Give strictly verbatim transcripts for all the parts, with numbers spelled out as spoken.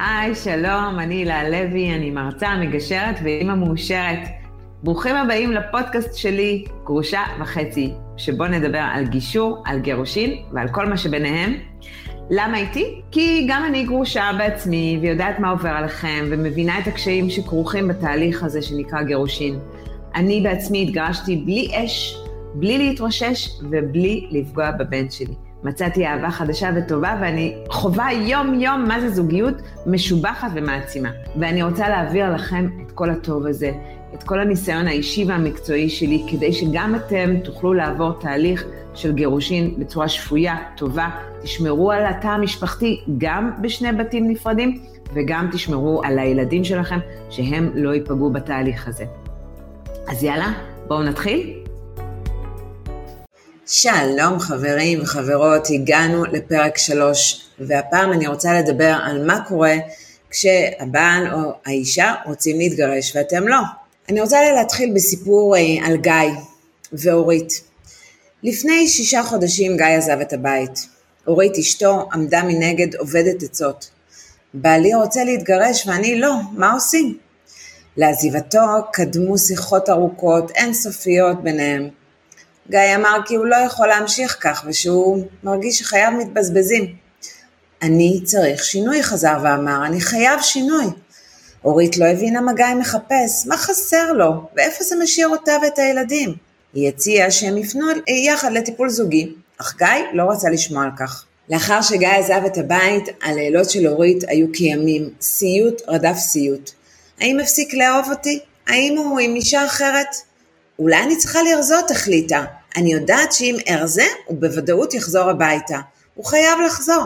היי, שלום, אני הילה לוי, אני מרצה, מגשרת ואימא מאושרת. ברוכים הבאים לפודקאסט שלי, גרושה וחצי, שבו נדבר על גישור, על גירושין ועל כל מה שביניהם. למה איתי? כי גם אני גרושה בעצמי ויודעת מה עובר עליכם ומבינה את הקשיים שכרוכים בתהליך הזה שנקרא גירושין. אני בעצמי התגרשתי בלי אש, בלי להתרושש ובלי לפגוע בבן שלי. מצאתי אהבה חדשה וטובה, ואני חווה יום יום מה זה זוגיות משובחת ומעצימה. ואני רוצה להעביר לכם את כל הטוב הזה, את כל הניסיון האישי והמקצועי שלי, כדי שגם אתם תוכלו לעבור תהליך של גירושין בצורה שפויה, טובה, תשמרו על התא המשפחתי גם בשני בתים נפרדים, וגם תשמרו על הילדים שלכם שהם לא ייפגעו בתהליך הזה. אז יאללה, בואו נתחיל. שלום חברים וחברות, הגענו לפרק שלוש, והפעם אני רוצה לדבר על מה קורה כשהבעל או האישה רוצים להתגרש ואתם לא. אני רוצה להתחיל בסיפור על גיא ואורית. לפני שישה חודשים גיא עזב את הבית. אורית אשתו עמדה מנגד עובדת עצות. בעלי רוצה להתגרש ואני לא, מה עושים? לעזיבתו קדמו שיחות ארוכות אינסופיות ביניהם. גיא אמר כי הוא לא יכול להמשיך כך ושהוא מרגיש שחייו מתבזבזים. אני צריך שינוי, חזר ואמר, אני חייב שינוי. אורית לא הבינה מה גיא מחפש, מה חסר לו ואיפה זה משאיר אותה ואת הילדים. היא הציעה שהם יפנו יחד לטיפול זוגי, אך גיא לא רצה לשמוע על כך. לאחר שגיא עזב את הבית, הלילות של אורית היו כימים, סיוט רדף סיוט. האם הפסיק לאהוב אותי? האם הוא עם אישה אחרת? אולי אני צריכה לרזות, החליטה. אני יודעת שאם ארזה, הוא בוודאות יחזור הביתה. הוא חייב לחזור.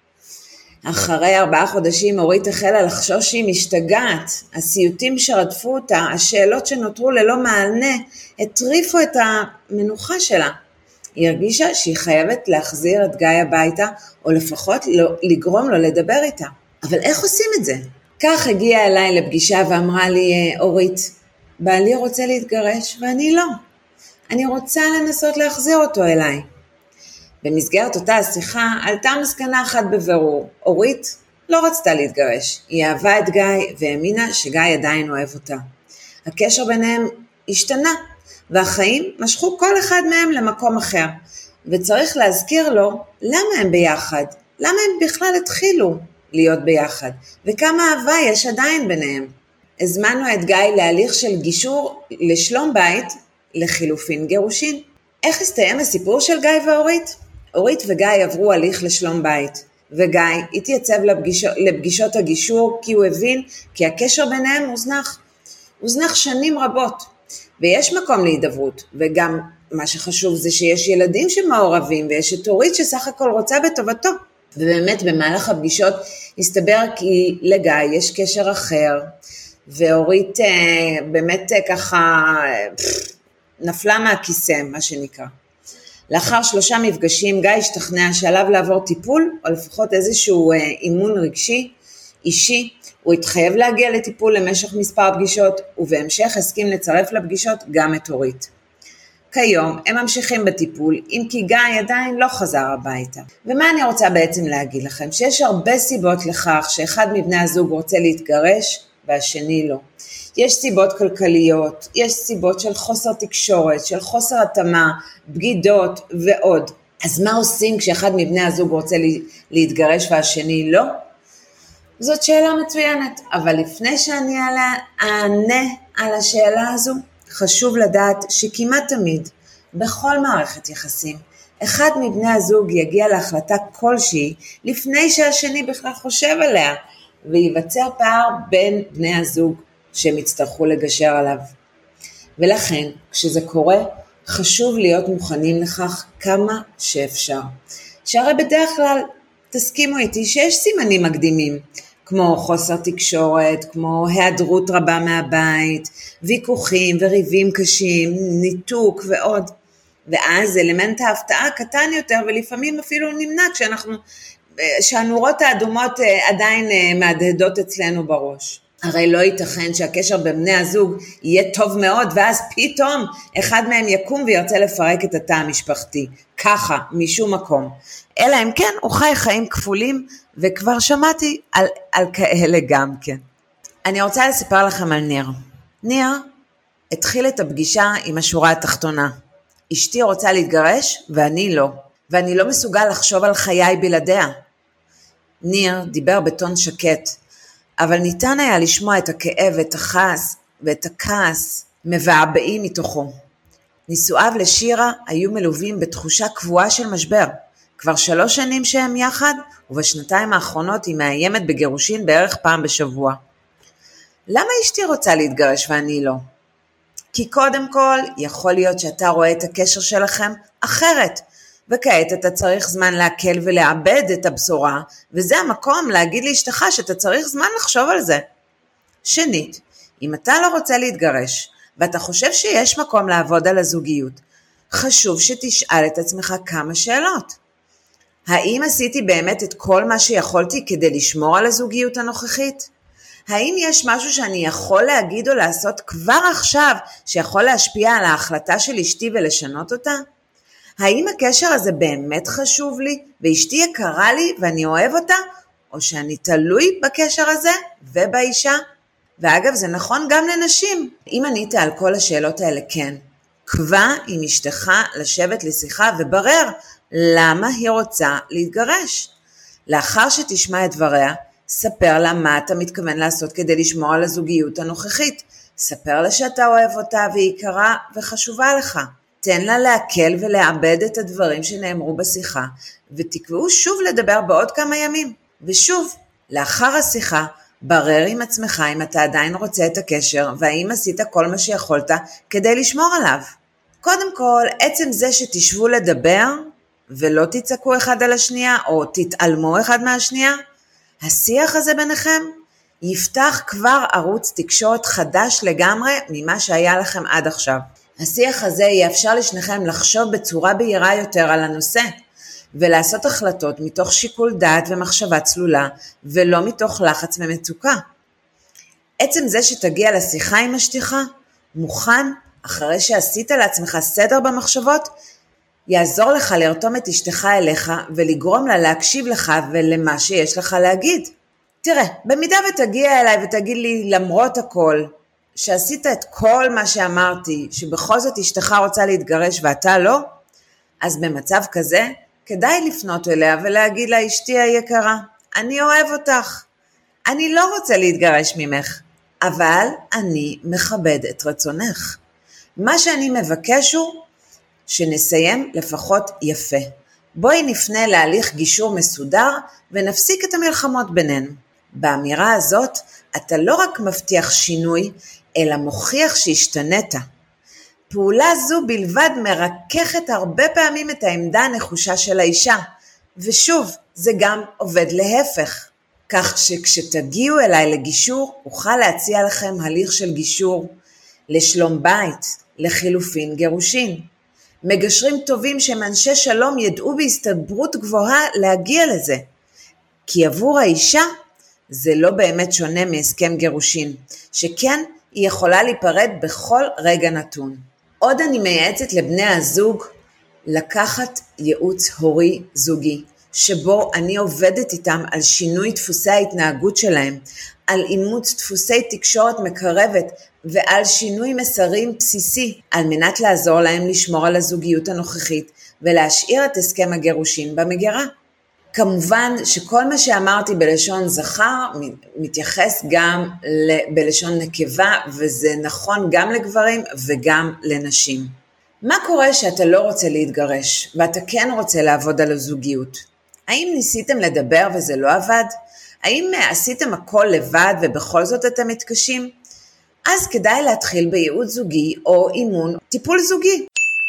אחרי ארבעה חודשים, אורית החלה לחשוש שהיא משתגעת. הסיוטים שרדפו אותה, השאלות שנותרו ללא מענה, הטריפו את המנוחה שלה. היא הרגישה שהיא חייבת להחזיר את גיא הביתה, או לפחות לא, לגרום לו לדבר איתה. אבל איך עושים את זה? כך הגיעה אליי לפגישה ואמרה לי, אורית, בעלי רוצה להתגרש ואני לא. אני רוצה לנסות להחזיר אותו אליי. במסגרת אותה השיחה עלתה מסקנה אחת בבירור. אורית לא רצתה להתגרש. היא אהבה את גיא והאמינה שגיא עדיין אוהב אותה. הקשר ביניהם השתנה והחיים משכו כל אחד מהם למקום אחר. וצריך להזכיר לו למה הם ביחד. למה הם בכלל התחילו להיות ביחד. וכמה אהבה יש עדיין ביניהם. הזמנו את גיא להליך של גישור לשלום בית לחילופין גירושין. איך הסתיים הסיפור של גיא ואורית? אורית וגיא עברו הליך לשלום בית, וגיא התייצב לפגיש... לפגישות הגישור כי הוא הבין כי הקשר ביניהם הוזנח. הוזנח שנים רבות, ויש מקום להידברות, וגם מה שחשוב זה שיש ילדים שמעורבים, ויש את אורית שסך הכל רוצה בטובתו. ובאמת במהלך הפגישות הסתבר כי לגיא יש קשר אחר, ואורית באמת ככה נפלה מהכיסא, מה שנקרא. לאחר שלושה מפגשים, גיא השתכנע שעליו לעבור טיפול, או לפחות איזשהו אימון רגשי, אישי. הוא התחייב להגיע לטיפול למשך מספר פגישות, ובהמשך הסכים לצרף לפגישות גם את אורית. כיום הם ממשיכים בטיפול, אם כי גיא עדיין לא חזר הביתה. ומה אני רוצה בעצם להגיד לכם? שיש הרבה סיבות לכך שאחד מבני הזוג רוצה להתגרש, והשני לא. יש סיבות כלכליות, יש סיבות של חוסר תקשורת, של חוסר התאמה, בגידות ועוד. אז מה עושים כשאחד מבני הזוג רוצה להתגרש והשני לא? זאת שאלה מצוינת, אבל לפני שאני אענה על השאלה הזו, חשוב לדעת שכמעט תמיד, בכל מערכת יחסים, אחד מבני הזוג יגיע להחלטה כלשהי, לפני שהשני בכלל חושב עליה, וייווצר פער בין בני הזוג שהם יצטרכו לגשר עליו. ולכן, כשזה קורה, חשוב להיות מוכנים לכך כמה שאפשר. שהרי בדרך כלל תסכימו איתי שיש סימנים מקדימים, כמו חוסר תקשורת, כמו היעדרות רבה מהבית, ויכוחים וריבים קשים, ניתוק ועוד. ואז אלמנט ההפתעה קטן יותר ולפעמים אפילו נמנע כשאנחנו, שהנורות האדומות עדיין מהדהדות אצלנו בראש. הרי לא ייתכן שהקשר בין בני הזוג יהיה טוב מאוד, ואז פתאום אחד מהם יקום וירצה לפרק את התא המשפחתי, ככה, משום מקום. אלא אם כן, הוא חי חיים כפולים, וכבר שמעתי על, על כאלה גם כן. אני רוצה לספר לכם על ניר. ניר התחיל את הפגישה עם השורה התחתונה. אשתי רוצה להתגרש ואני לא, ואני לא מסוגל לחשוב על חיי בלעדיה. ניר דיבר בטון שקט, אבל ניתן היה לשמוע את הכאב ואת הכעס ואת הכעס מבעבעים מתוכו. נישואיו לשירה היו מלווים בתחושה קבועה של משבר. כבר שלוש שנים שהם יחד, ובשנתיים האחרונות היא מאיימת בגירושין בערך פעם בשבוע. למה אשתי רוצה להתגרש ואני לא? כי קודם כל יכול להיות שאתה רואה את הקשר שלכם אחרת, וכעת אתה צריך זמן להקל ולעבד את הבשורה, וזה המקום להגיד לאשתך שאתה צריך זמן לחשוב על זה. שנית, אם אתה לא רוצה להתגרש, ואתה חושב שיש מקום לעבוד על הזוגיות, חשוב שתשאל את עצמך כמה שאלות. האם עשיתי באמת את כל מה שיכולתי כדי לשמור על הזוגיות הנוכחית? האם יש משהו שאני יכול להגיד או לעשות כבר עכשיו שיכול להשפיע על ההחלטה של אשתי ולשנות אותה? האם הקשר הזה באמת חשוב לי ואשתי יקרה לי ואני אוהב אותה, או שאני תלוי בקשר הזה ובאישה? ואגב, זה נכון גם לנשים. אם ענית על כל השאלות האלה כן, קבע עם אשתך לשבת לשיחה וברר למה היא רוצה להתגרש. לאחר שתשמע את דבריה, ספר לה מה אתה מתכוון לעשות כדי לשמור על הזוגיות הנוכחית. ספר לה שאתה אוהב אותה והיא יקרה וחשובה לך. תן לה להקל ולעבד את הדברים שנאמרו בשיחה, ותקבעו שוב לדבר בעוד כמה ימים. ושוב, לאחר השיחה, ברר עם עצמך אם אתה עדיין רוצה את הקשר, והאם עשית כל מה שיכולת כדי לשמור עליו. קודם כל, עצם זה שתשבו לדבר, ולא תצעקו אחד על השנייה, או תתעלמו אחד מהשנייה, השיח הזה ביניכם יפתח כבר ערוץ תקשורת חדש לגמרי ממה שהיה לכם עד עכשיו. השיח הזה יאפשר לשניכם לחשוב בצורה בהירה יותר על הנושא, ולעשות החלטות מתוך שיקול דעת ומחשבה צלולה, ולא מתוך לחץ ומצוקה. עצם זה שתגיע לשיחה עם אשתך, מוכן, אחרי שעשית לעצמך סדר במחשבות, יעזור לך לרתום את אשתך אליך, ולגרום לה להקשיב לך ולמה שיש לך להגיד. תראה, במידה ותגיע אליי ותגיד לי למרות הכל, שעשית את כל מה שאמרתי, שבכל זאת אשתך רוצה להתגרש ואתה לא, אז במצב כזה, כדאי לפנות אליה ולהגיד לה, אשתי היקרה, אני אוהב אותך, אני לא רוצה להתגרש ממך, אבל אני מכבד את רצונך. מה שאני מבקש הוא שנסיים לפחות יפה. בואי נפנה להליך גישור מסודר ונפסיק את המלחמות בינינו. באמירה הזאת אתה לא רק מבטיח שינוי, אלא מוכיח שהשתנית. פעולה זו בלבד מרככת הרבה פעמים את העמדה הנחושה של האישה, ושוב, זה גם עובד להפך. כך שכשתגיעו אליי לגישור, אוכל להציע לכם הליך של גישור, לשלום בית, לחילופין גירושין. מגשרים טובים שהם אנשי שלום ידעו בהסתברות גבוהה להגיע לזה. כי עבור האישה זה לא באמת שונה מהסכם גירושין, שכן היא יכולה להיפרד בכל רגע נתון. עוד אני מייעצת לבני הזוג לקחת ייעוץ הורי זוגי, שבו אני עובדת איתם על שינוי דפוסי ההתנהגות שלהם, על אימוץ דפוסי תקשורת מקרבת ועל שינוי מסרים בסיסי, על מנת לעזור להם לשמור על הזוגיות הנוכחית ולהשאיר את הסכם הגירושין במגירה. כמובן שכל מה שאמרתי בלשון זכר מתייחס גם בלשון נקבה, וזה נכון גם לגברים וגם לנשים. מה קורה שאתה לא רוצה להתגרש ואתה כן רוצה לעבוד על הזוגיות? האם ניסיתם לדבר וזה לא עבד? האם עשיתם הכל לבד ובכל זאת אתם מתקשים? אז כדאי להתחיל בייעוץ זוגי או אימון טיפול זוגי.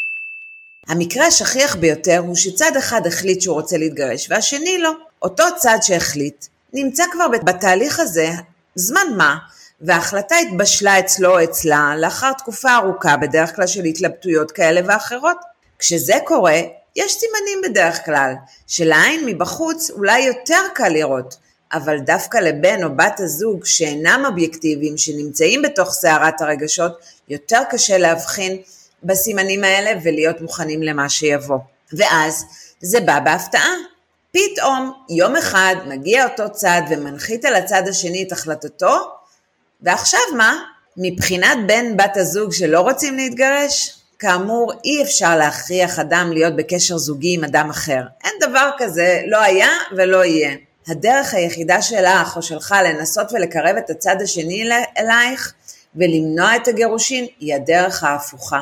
המקרה השכיח ביותר הוא שצד אחד החליט שהוא רוצה להתגרש והשני לא. אותו צד שהחליט נמצא כבר בתהליך הזה זמן מה, וההחלטה התבשלה אצלו או אצלה לאחר תקופה ארוכה בדרך כלל של התלבטויות כאלה ואחרות. כשזה קורה, יש סימנים בדרך כלל, שלעין מבחוץ אולי יותר קל לראות, אבל דווקא לבן או בת הזוג שאינם אובייקטיביים, שנמצאים בתוך סערת הרגשות, יותר קשה להבחין בסימנים האלה ולהיות מוכנים למה שיבוא. ואז זה בא בהפתעה. פתאום יום אחד מגיע אותו צד ומנחית על הצד השני את החלטתו, ועכשיו מה? מבחינת בן בת הזוג שלא רוצים להתגרש, כאמור אי אפשר להכריח אדם להיות בקשר זוגי עם אדם אחר. אין דבר כזה, לא היה ולא יהיה. הדרך היחידה שלך או שלך לנסות ולקרב את הצד השני אלייך ולמנוע את הגירושין היא הדרך ההפוכה.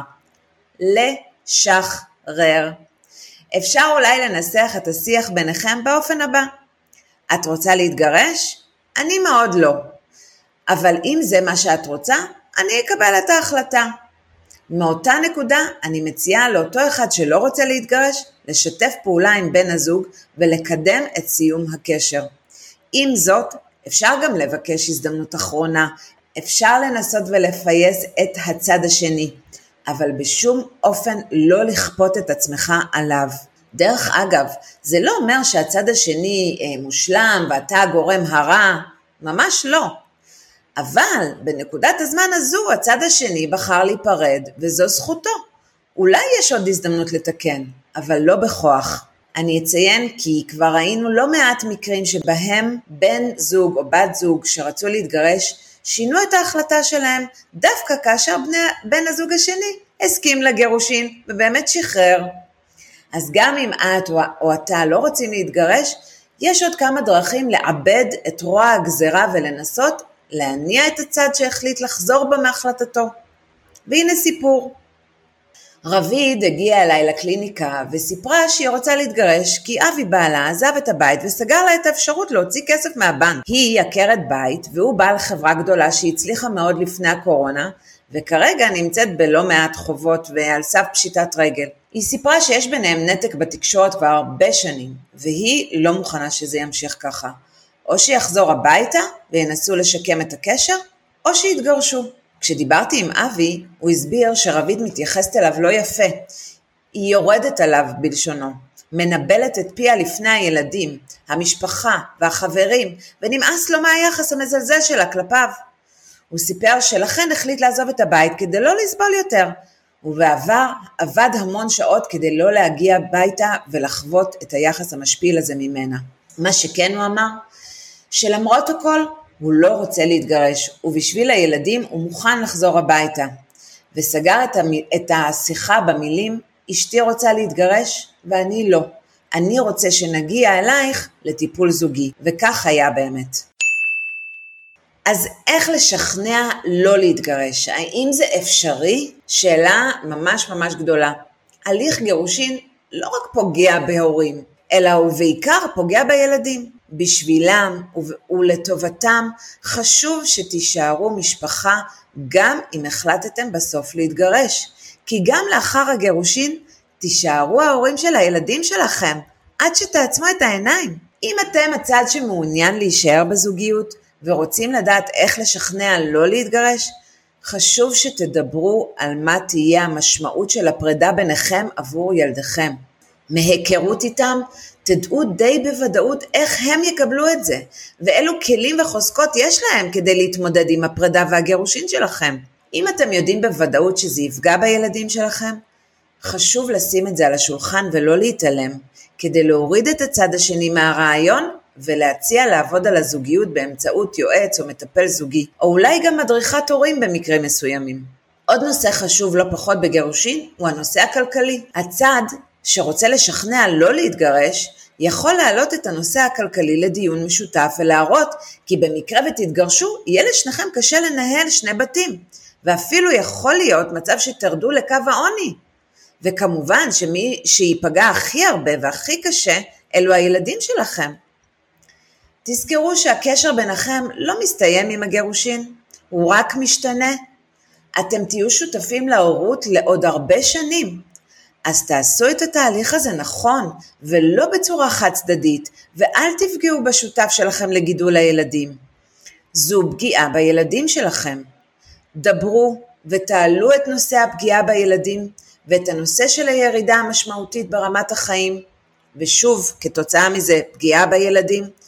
לשחרר. אפשר אולי לנסח את השיח ביניכם באופן הבא. את רוצה להתגרש? אני מאוד לא. אבל אם זה מה שאת רוצה, אני אקבל את ההחלטה. מאותה נקודה אני מציעה לאותו אחד שלא רוצה להתגרש, לשתף פעולה עם בן הזוג ולקדם את סיום הקשר. עם זאת, אפשר גם לבקש הזדמנות אחרונה, אפשר לנסות ולפייס את הצד השני, אבל בשום אופן לא לכפות את עצמך עליו. דרך אגב, זה לא אומר שהצד השני אה, מושלם ואתה גורם הרע, ממש לא. אבל בנקודת הזמן הזו הצד השני בחר להיפרד וזו זכותו. אולי יש עוד הזדמנות לתקן, אבל לא בכוח. אני אציין כי כבר ראינו לא מעט מקרים שבהם בן זוג או בת זוג שרצו להתגרש שינו את ההחלטה שלהם דווקא כאשר בני, בן הזוג השני הסכים לגירושין ובאמת שחרר. אז גם אם את או, או אתה לא רוצים להתגרש, יש עוד כמה דרכים לעבד את רוע הגזרה ולנסות להניע את הצד שהחליט לחזור בה מהחלטתו. והנה סיפור. רביד הגיעה אליי לקליניקה וסיפרה שהיא רוצה להתגרש כי אבי בעלה עזב את הבית וסגר לה את האפשרות להוציא כסף מהבנק. היא עקרת בית והוא בעל חברה גדולה שהצליחה מאוד לפני הקורונה וכרגע נמצאת בלא מעט חובות ועל סף פשיטת רגל. היא סיפרה שיש ביניהם נתק בתקשורת כבר הרבה שנים והיא לא מוכנה שזה ימשיך ככה. או שיחזור הביתה וינסו לשקם את הקשר או שיתגרשו. כשדיברתי עם אבי, הוא הסביר שרביד מתייחסת אליו לא יפה. היא יורדת עליו בלשונו, מנבלת את פיה לפני הילדים, המשפחה והחברים, ונמאס לו מהיחס המזלזל שלה כלפיו. הוא סיפר שלכן החליט לעזוב את הבית כדי לא לסבול יותר, ובעבר עבד המון שעות כדי לא להגיע הביתה ולחוות את היחס המשפיל הזה ממנה. מה שכן הוא אמר, שלמרות הכל, הוא לא רוצה להתגרש, ובשביל הילדים הוא מוכן לחזור הביתה. וסגר את, המ... את השיחה במילים, אשתי רוצה להתגרש ואני לא. אני רוצה שנגיע אלייך לטיפול זוגי, וכך היה באמת. אז איך לשכנע לא להתגרש? האם זה אפשרי? שאלה ממש ממש גדולה. הליך גירושין לא רק פוגע בהורים, אלא הוא בעיקר פוגע בילדים. בשבילם ולטובתם חשוב שתישארו משפחה גם אם החלטתם בסוף להתגרש. כי גם לאחר הגירושין תישארו ההורים של הילדים שלכם עד שתעצמו את העיניים. אם אתם הצד שמעוניין להישאר בזוגיות ורוצים לדעת איך לשכנע לא להתגרש, חשוב שתדברו על מה תהיה המשמעות של הפרידה ביניכם עבור ילדיכם. מהיכרות איתם, תדעו די בוודאות איך הם יקבלו את זה, ואילו כלים וחוזקות יש להם כדי להתמודד עם הפרידה והגירושין שלכם. אם אתם יודעים בוודאות שזה יפגע בילדים שלכם, חשוב לשים את זה על השולחן ולא להתעלם, כדי להוריד את הצד השני מהרעיון ולהציע לעבוד על הזוגיות באמצעות יועץ או מטפל זוגי, או אולי גם מדריכת הורים במקרים מסוימים. עוד נושא חשוב לא פחות בגירושין הוא הנושא הכלכלי. הצד שרוצה לשכנע לא להתגרש, יכול להעלות את הנושא הכלכלי לדיון משותף ולהראות כי במקרה ותתגרשו, יהיה לשניכם קשה לנהל שני בתים, ואפילו יכול להיות מצב שתרדו לקו העוני. וכמובן שמי שיפגע הכי הרבה והכי קשה, אלו הילדים שלכם. תזכרו שהקשר ביניכם לא מסתיים עם הגירושין, הוא רק משתנה. אתם תהיו שותפים להורות לעוד הרבה שנים. אז תעשו את התהליך הזה נכון, ולא בצורה חד צדדית, ואל תפגעו בשותף שלכם לגידול הילדים. זו פגיעה בילדים שלכם. דברו ותעלו את נושא הפגיעה בילדים, ואת הנושא של הירידה המשמעותית ברמת החיים, ושוב, כתוצאה מזה, פגיעה בילדים,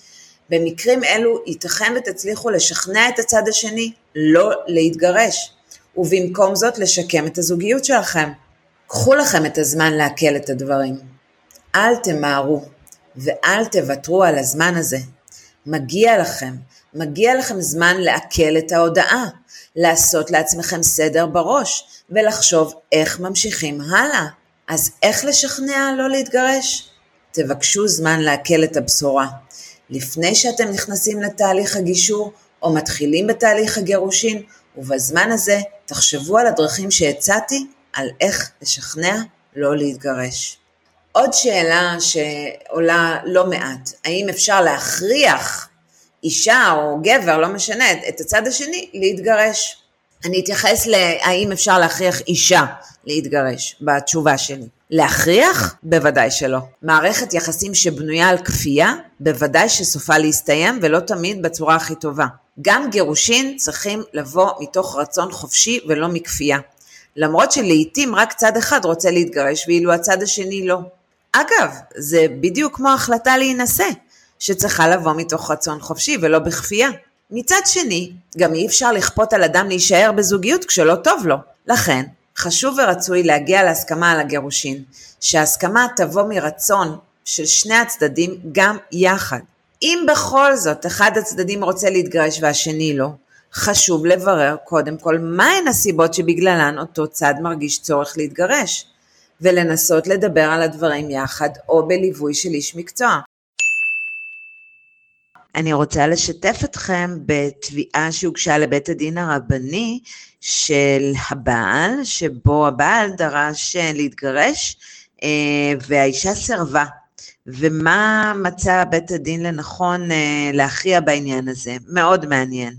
במקרים אלו ייתכן ותצליחו לשכנע את הצד השני לא להתגרש, ובמקום זאת לשקם את הזוגיות שלכם. קחו לכם את הזמן להקל את הדברים. אל תמהרו ואל תוותרו על הזמן הזה. מגיע לכם, מגיע לכם זמן להקל את ההודעה, לעשות לעצמכם סדר בראש ולחשוב איך ממשיכים הלאה. אז איך לשכנע לא להתגרש? תבקשו זמן להקל את הבשורה. לפני שאתם נכנסים לתהליך הגישור או מתחילים בתהליך הגירושין, ובזמן הזה תחשבו על הדרכים שהצעתי על איך לשכנע לא להתגרש. עוד שאלה שעולה לא מעט, האם אפשר להכריח אישה או גבר, לא משנה, את הצד השני להתגרש? אני אתייחס להאם אפשר להכריח אישה להתגרש בתשובה שלי. להכריח? בוודאי שלא. מערכת יחסים שבנויה על כפייה, בוודאי שסופה להסתיים ולא תמיד בצורה הכי טובה. גם גירושין צריכים לבוא מתוך רצון חופשי ולא מכפייה. למרות שלעיתים רק צד אחד רוצה להתגרש ואילו הצד השני לא. אגב, זה בדיוק כמו החלטה להינשא, שצריכה לבוא מתוך רצון חופשי ולא בכפייה. מצד שני, גם אי אפשר לכפות על אדם להישאר בזוגיות כשלא טוב לו. לכן, חשוב ורצוי להגיע להסכמה על הגירושין, שההסכמה תבוא מרצון של שני הצדדים גם יחד. אם בכל זאת אחד הצדדים רוצה להתגרש והשני לא, חשוב לברר קודם כל מהן הסיבות שבגללן אותו צד מרגיש צורך להתגרש, ולנסות לדבר על הדברים יחד או בליווי של איש מקצוע. אני רוצה לשתף אתכם בתביעה שהוגשה לבית הדין הרבני של הבעל, שבו הבעל דרש להתגרש והאישה סרבה. ומה מצא בית הדין לנכון להכריע בעניין הזה? מאוד מעניין.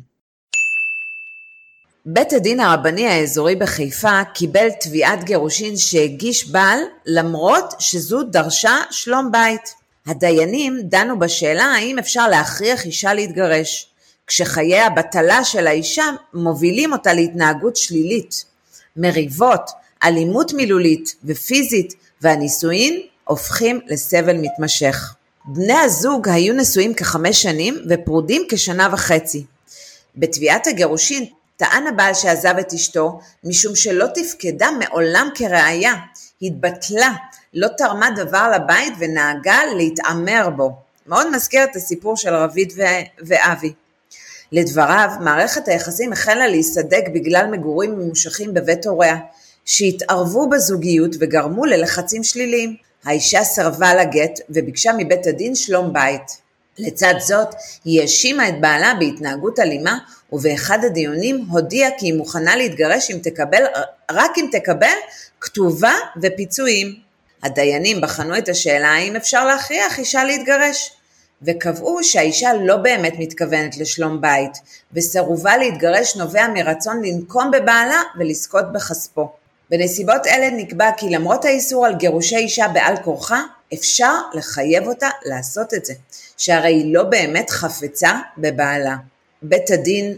בית הדין הרבני האזורי בחיפה קיבל תביעת גירושין שהגיש בעל למרות שזו דרשה שלום בית. הדיינים דנו בשאלה האם אפשר להכריח אישה להתגרש, כשחיי הבטלה של האישה מובילים אותה להתנהגות שלילית, מריבות, אלימות מילולית ופיזית, והנישואין הופכים לסבל מתמשך. בני הזוג היו נשואים כחמש שנים ופרודים כשנה וחצי. בתביעת הגירושין טען הבעל שעזב את אשתו משום שלא תפקדה מעולם כראיה, התבטלה, לא תרמה דבר לבית ונהגה להתאמר בו. מאוד מזכיר את הסיפור של רבית ואבי. לדבריו, מערכת היחסים החלה להיסדק בגלל מגורים ממושכים בבית הוריה, שהתערבו בזוגיות וגרמו ללחצים שליליים. האישה סרבה לגט וביקשה מבית הדין שלום בית. לצד זאת, היא האשימה את בעלה בהתנהגות אלימה, ובאחד הדיונים הודיעה כי היא מוכנה להתגרש אם תקבל, רק אם תקבל כתובה ופיצויים. הדיינים בחנו את השאלה האם אפשר להכריח אישה להתגרש, וקבעו שהאישה לא באמת מתכוונת לשלום בית, וסירובה להתגרש נובע מרצון לנקום בבעלה ולזכות בכספו. בנסיבות אלה נקבע כי למרות האיסור על גירושי אישה בעל כורחה, אפשר לחייב אותה לעשות את זה, שהרי היא לא באמת חפצה בבעלה. בית הדין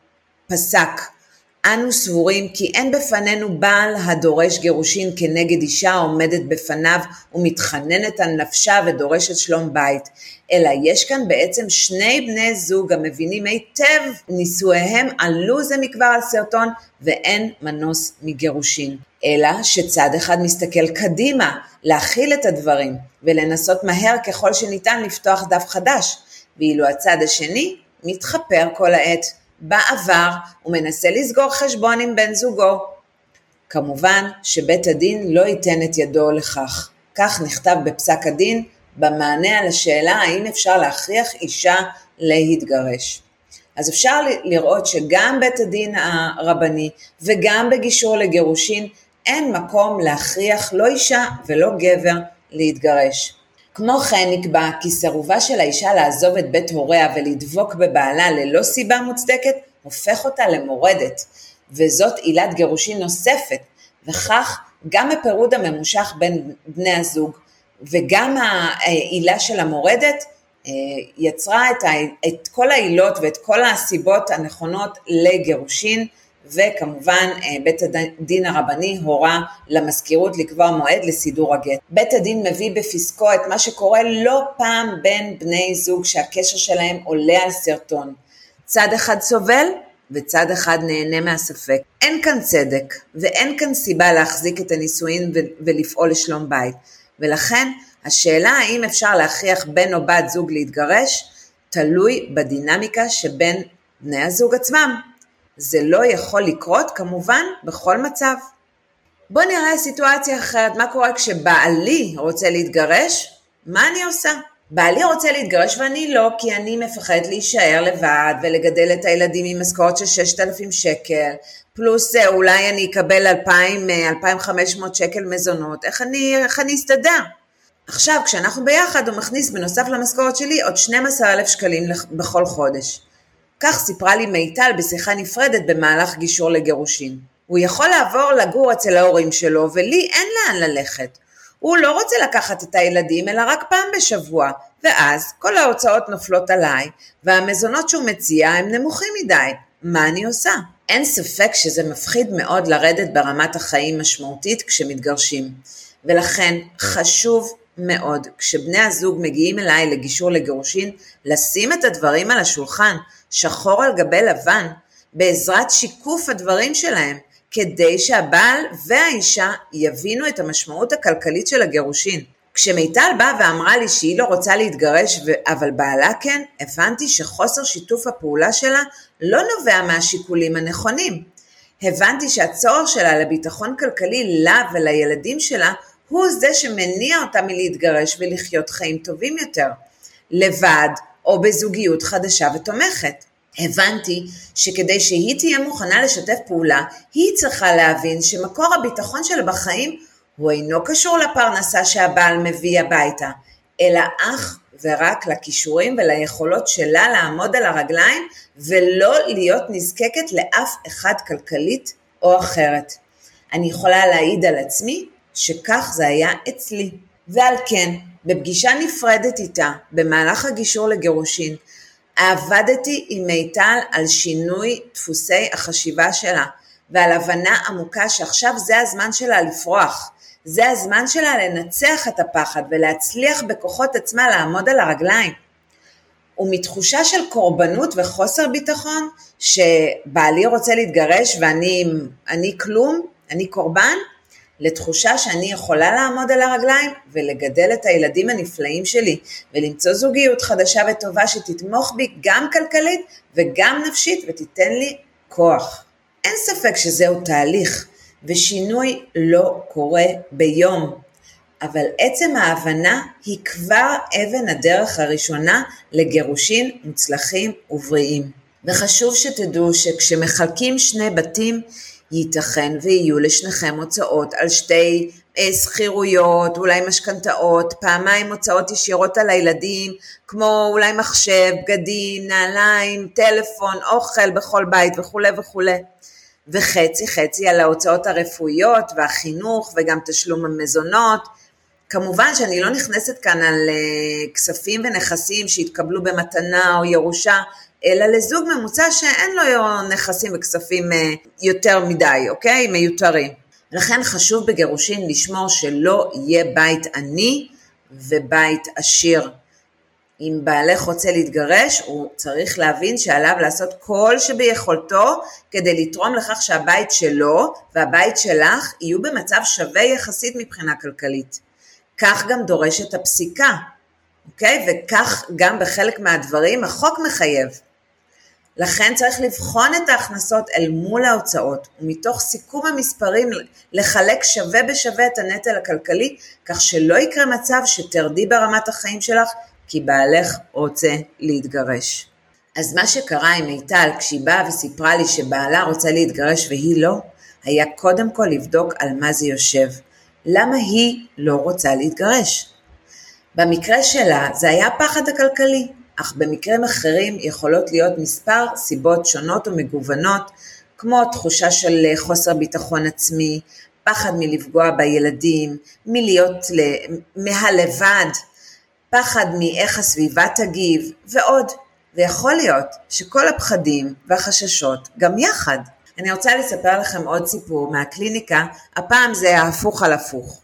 פסק, אנו סבורים כי אין בפנינו בעל הדורש גירושין כנגד אישה העומדת בפניו ומתחננת על נפשה ודורשת שלום בית, אלא יש כאן בעצם שני בני זוג המבינים היטב נישואיהם עלו זה מכבר על סרטון ואין מנוס מגירושין, אלא שצד אחד מסתכל קדימה להכיל את הדברים ולנסות מהר ככל שניתן לפתוח דף חדש, ואילו הצד השני מתחפר כל העת בעבר ומנסה לסגור חשבון עם בן זוגו. כמובן שבית הדין לא ייתן את ידו לכך. כך נכתב בפסק הדין במענה על השאלה האם אפשר להכריח אישה להתגרש. אז אפשר לראות שגם בית הדין הרבני וגם בגישור לגירושין אין מקום להכריח לא אישה ולא גבר להתגרש. כמו כן נקבע כי סירובה של האישה לעזוב את בית הוריה ולדבוק בבעלה ללא סיבה מוצדקת, הופך אותה למורדת, וזאת עילת גירושין נוספת, וכך גם הפירוד הממושך בין בני הזוג, וגם העילה של המורדת, יצרה את, ה, את כל העילות ואת כל הסיבות הנכונות לגירושין, וכמובן בית הדין הרבני הורה למזכירות לקבוע מועד לסידור הגט. בית הדין מביא בפסקו את מה שקורה לא פעם בין בני זוג שהקשר שלהם עולה על סרטון. צד אחד סובל וצד אחד נהנה מהספק. אין כאן צדק ואין כאן סיבה להחזיק את הנישואין ולפעול לשלום בית. ולכן השאלה האם אפשר להכריח בן או בת זוג להתגרש תלוי בדינמיקה שבין בני הזוג עצמם. זה לא יכול לקרות כמובן בכל מצב. בוא נראה סיטואציה אחרת, מה קורה כשבעלי רוצה להתגרש? מה אני עושה? בעלי רוצה להתגרש ואני לא, כי אני מפחדת להישאר לבד ולגדל את הילדים עם משכורת של ששת אלפים שקל, פלוס אולי אני אקבל אלפיים, אלפיים וחמש מאות שקל מזונות, איך אני, איך אני אסתדר? עכשיו כשאנחנו ביחד הוא מכניס בנוסף למשכורת שלי עוד שנים עשר אלף שקלים בכל חודש. כך סיפרה לי מיטל בשיחה נפרדת במהלך גישור לגירושין. הוא יכול לעבור לגור אצל ההורים שלו ולי אין לאן ללכת. הוא לא רוצה לקחת את הילדים אלא רק פעם בשבוע, ואז כל ההוצאות נופלות עליי, והמזונות שהוא מציע הם נמוכים מדי. מה אני עושה? אין ספק שזה מפחיד מאוד לרדת ברמת החיים משמעותית כשמתגרשים, ולכן חשוב מאוד כשבני הזוג מגיעים אליי לגישור לגירושין, לשים את הדברים על השולחן, שחור על גבי לבן, בעזרת שיקוף הדברים שלהם, כדי שהבעל והאישה יבינו את המשמעות הכלכלית של הגירושין. כשמיטל באה ואמרה לי שהיא לא רוצה להתגרש, אבל בעלה כן, הבנתי שחוסר שיתוף הפעולה שלה לא נובע מהשיקולים הנכונים. הבנתי שהצורך שלה לביטחון כלכלי לה ולילדים שלה, הוא זה שמניע אותה מלהתגרש ולחיות חיים טובים יותר, לבד או בזוגיות חדשה ותומכת. הבנתי שכדי שהיא תהיה מוכנה לשתף פעולה, היא צריכה להבין שמקור הביטחון שלה בחיים הוא אינו קשור לפרנסה שהבעל מביא הביתה, אלא אך ורק לכישורים וליכולות שלה לעמוד על הרגליים ולא להיות נזקקת לאף אחד כלכלית או אחרת. אני יכולה להעיד על עצמי שכך זה היה אצלי. ועל כן, בפגישה נפרדת איתה במהלך הגישור לגירושין, עבדתי עם מיטל על שינוי דפוסי החשיבה שלה, ועל הבנה עמוקה שעכשיו זה הזמן שלה לפרוח, זה הזמן שלה לנצח את הפחד ולהצליח בכוחות עצמה לעמוד על הרגליים. ומתחושה של קורבנות וחוסר ביטחון, שבעלי רוצה להתגרש ואני אני כלום, אני קורבן, לתחושה שאני יכולה לעמוד על הרגליים ולגדל את הילדים הנפלאים שלי ולמצוא זוגיות חדשה וטובה שתתמוך בי גם כלכלית וגם נפשית ותיתן לי כוח. אין ספק שזהו תהליך ושינוי לא קורה ביום, אבל עצם ההבנה היא כבר אבן הדרך הראשונה לגירושין מוצלחים ובריאים. וחשוב שתדעו שכשמחלקים שני בתים ייתכן ויהיו לשניכם הוצאות על שתי שכירויות, אולי משכנתאות, פעמיים הוצאות ישירות על הילדים, כמו אולי מחשב, בגדים, נעליים, טלפון, אוכל בכל בית וכו' וכו'. וחצי חצי על ההוצאות הרפואיות והחינוך וגם תשלום המזונות. כמובן שאני לא נכנסת כאן על כספים ונכסים שהתקבלו במתנה או ירושה, אלא לזוג ממוצע שאין לו נכסים וכספים יותר מדי, אוקיי? מיותרים. לכן חשוב בגירושין לשמור שלא יהיה בית עני ובית עשיר. אם בעלך רוצה להתגרש, הוא צריך להבין שעליו לעשות כל שביכולתו כדי לתרום לכך שהבית שלו והבית שלך יהיו במצב שווה יחסית מבחינה כלכלית. כך גם דורשת הפסיקה, אוקיי? וכך גם בחלק מהדברים החוק מחייב. לכן צריך לבחון את ההכנסות אל מול ההוצאות, ומתוך סיכום המספרים לחלק שווה בשווה את הנטל הכלכלי, כך שלא יקרה מצב שתרדי ברמת החיים שלך, כי בעלך רוצה להתגרש. אז מה שקרה עם מיטל, כשהיא באה וסיפרה לי שבעלה רוצה להתגרש והיא לא, היה קודם כל לבדוק על מה זה יושב. למה היא לא רוצה להתגרש? במקרה שלה זה היה פחד הכלכלי, אך במקרים אחרים יכולות להיות מספר סיבות שונות ומגוונות, כמו תחושה של חוסר ביטחון עצמי, פחד מלפגוע בילדים, מלהיות מהלבד, פחד מאיך הסביבה תגיב ועוד. ויכול להיות שכל הפחדים והחששות גם יחד אני רוצה לספר לכם עוד סיפור מהקליניקה, הפעם זה ההפוך על הפוך.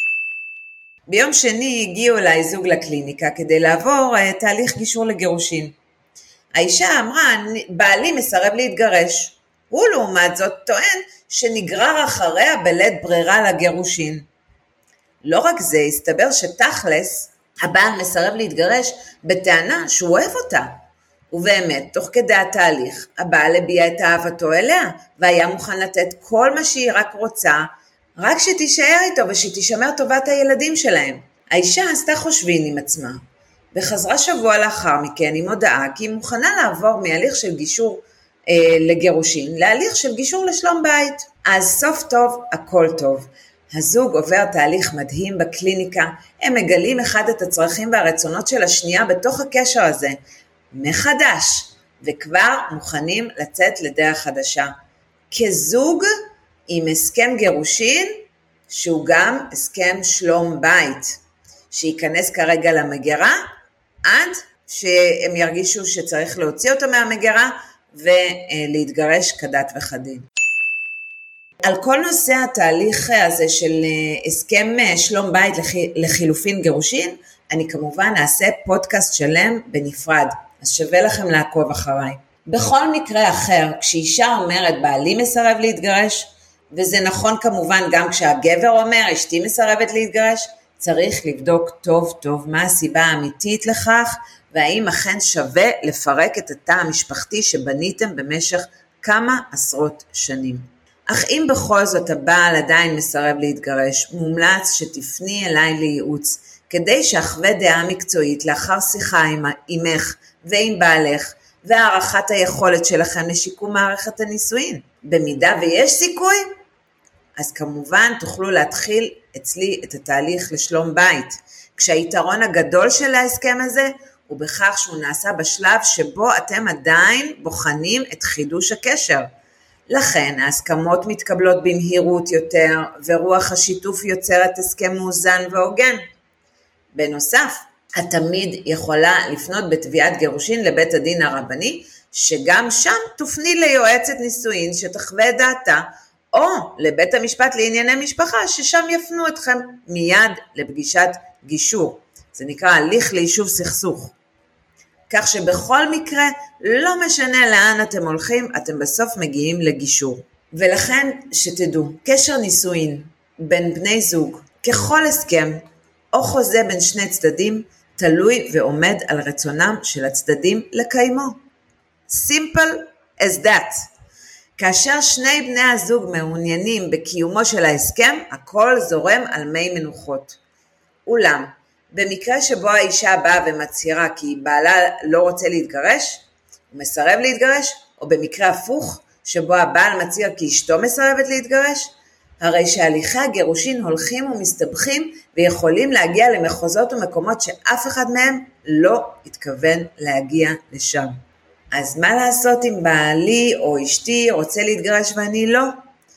ביום שני הגיעו אליי זוג לקליניקה כדי לעבור uh, תהליך גישור לגירושין. האישה אמרה, בעלי מסרב להתגרש. הוא לעומת זאת טוען שנגרר אחריה בלית ברירה לגירושין. לא רק זה, הסתבר שתכלס הבעל מסרב להתגרש בטענה שהוא אוהב אותה. ובאמת, תוך כדי התהליך, הבעל הביע את אהבתו אליה, והיה מוכן לתת כל מה שהיא רק רוצה, רק שתישאר איתו ושתישמר טובת הילדים שלהם. האישה עשתה חושבין עם עצמה, וחזרה שבוע לאחר מכן עם הודעה כי היא מוכנה לעבור מהליך של גישור אה, לגירושין, להליך של גישור לשלום בית. אז סוף טוב, הכל טוב. הזוג עובר תהליך מדהים בקליניקה, הם מגלים אחד את הצרכים והרצונות של השנייה בתוך הקשר הזה, מחדש, וכבר מוכנים לצאת לדרך חדשה. כזוג עם הסכם גירושין, שהוא גם הסכם שלום בית, שייכנס כרגע למגירה, עד שהם ירגישו שצריך להוציא אותו מהמגירה, ולהתגרש כדת וכדין. על כל נושא התהליך הזה של הסכם שלום בית לחילופין גירושין, אני כמובן אעשה פודקאסט שלם בנפרד, אז שווה לכם לעקוב אחריי. בכל מקרה אחר, כשאישה אומרת בעלי מסרב להתגרש, וזה נכון כמובן גם כשהגבר אומר אשתי מסרבת להתגרש, צריך לבדוק טוב טוב מה הסיבה האמיתית לכך, והאם אכן שווה לפרק את התא המשפחתי שבניתם במשך כמה עשרות שנים. אך אם בכל זאת הבעל עדיין מסרב להתגרש, מומלץ שתפני אליי לייעוץ, כדי שאחווה דעה מקצועית לאחר שיחה עמך ועם בעלך, והערכת היכולת שלכם לשיקום מערכת הנישואין. במידה ויש סיכוי, אז כמובן תוכלו להתחיל אצלי את התהליך לשלום בית, כשהיתרון הגדול של ההסכם הזה הוא בכך שהוא נעשה בשלב שבו אתם עדיין בוחנים את חידוש הקשר. לכן ההסכמות מתקבלות במהירות יותר, ורוח השיתוף יוצרת הסכם מאוזן והוגן. בנוסף, את תמיד יכולה לפנות בתביעת גירושין לבית הדין הרבני, שגם שם תופני ליועצת נישואין שתחווה דעתה, או לבית המשפט לענייני משפחה, ששם יפנו אתכם מיד לפגישת גישור. זה נקרא הליך ליישוב סכסוך. כך שבכל מקרה, לא משנה לאן אתם הולכים, אתם בסוף מגיעים לגישור. ולכן שתדעו, קשר נישואין בין בני זוג, ככל הסכם או חוזה בין שני צדדים, תלוי ועומד על רצונם של הצדדים לקיימו. Simple as that. כאשר שני בני הזוג מעוניינים בקיומו של ההסכם, הכל זורם על מי מנוחות. אולם, במקרה שבו האישה באה ומצהירה כי בעלה לא רוצה להתגרש, הוא מסרב להתגרש, או במקרה הפוך, שבו הבעל מצהיר כי אשתו מסרבת להתגרש, הרי שהליכי הגירושין הולכים ומסתבכים ויכולים להגיע למחוזות ומקומות שאף אחד מהם לא התכוון להגיע לשם. אז מה לעשות אם בעלי או אשתי רוצה להתגרש ואני לא?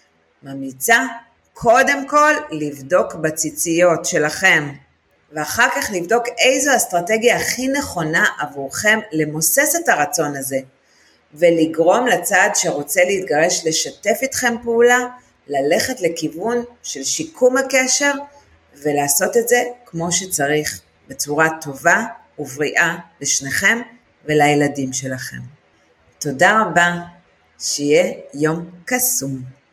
ממליצה קודם כל לבדוק בציציות שלכם, ואחר כך לבדוק איזו אסטרטגיה הכי נכונה עבורכם למוסס את הרצון הזה, ולגרום לצד שרוצה להתגרש לשתף איתכם פעולה, ללכת לכיוון של שיקום הקשר, ולעשות את זה כמו שצריך, בצורה טובה ובריאה לשניכם ולילדים שלכם. תודה רבה, שיהיה יום קסום.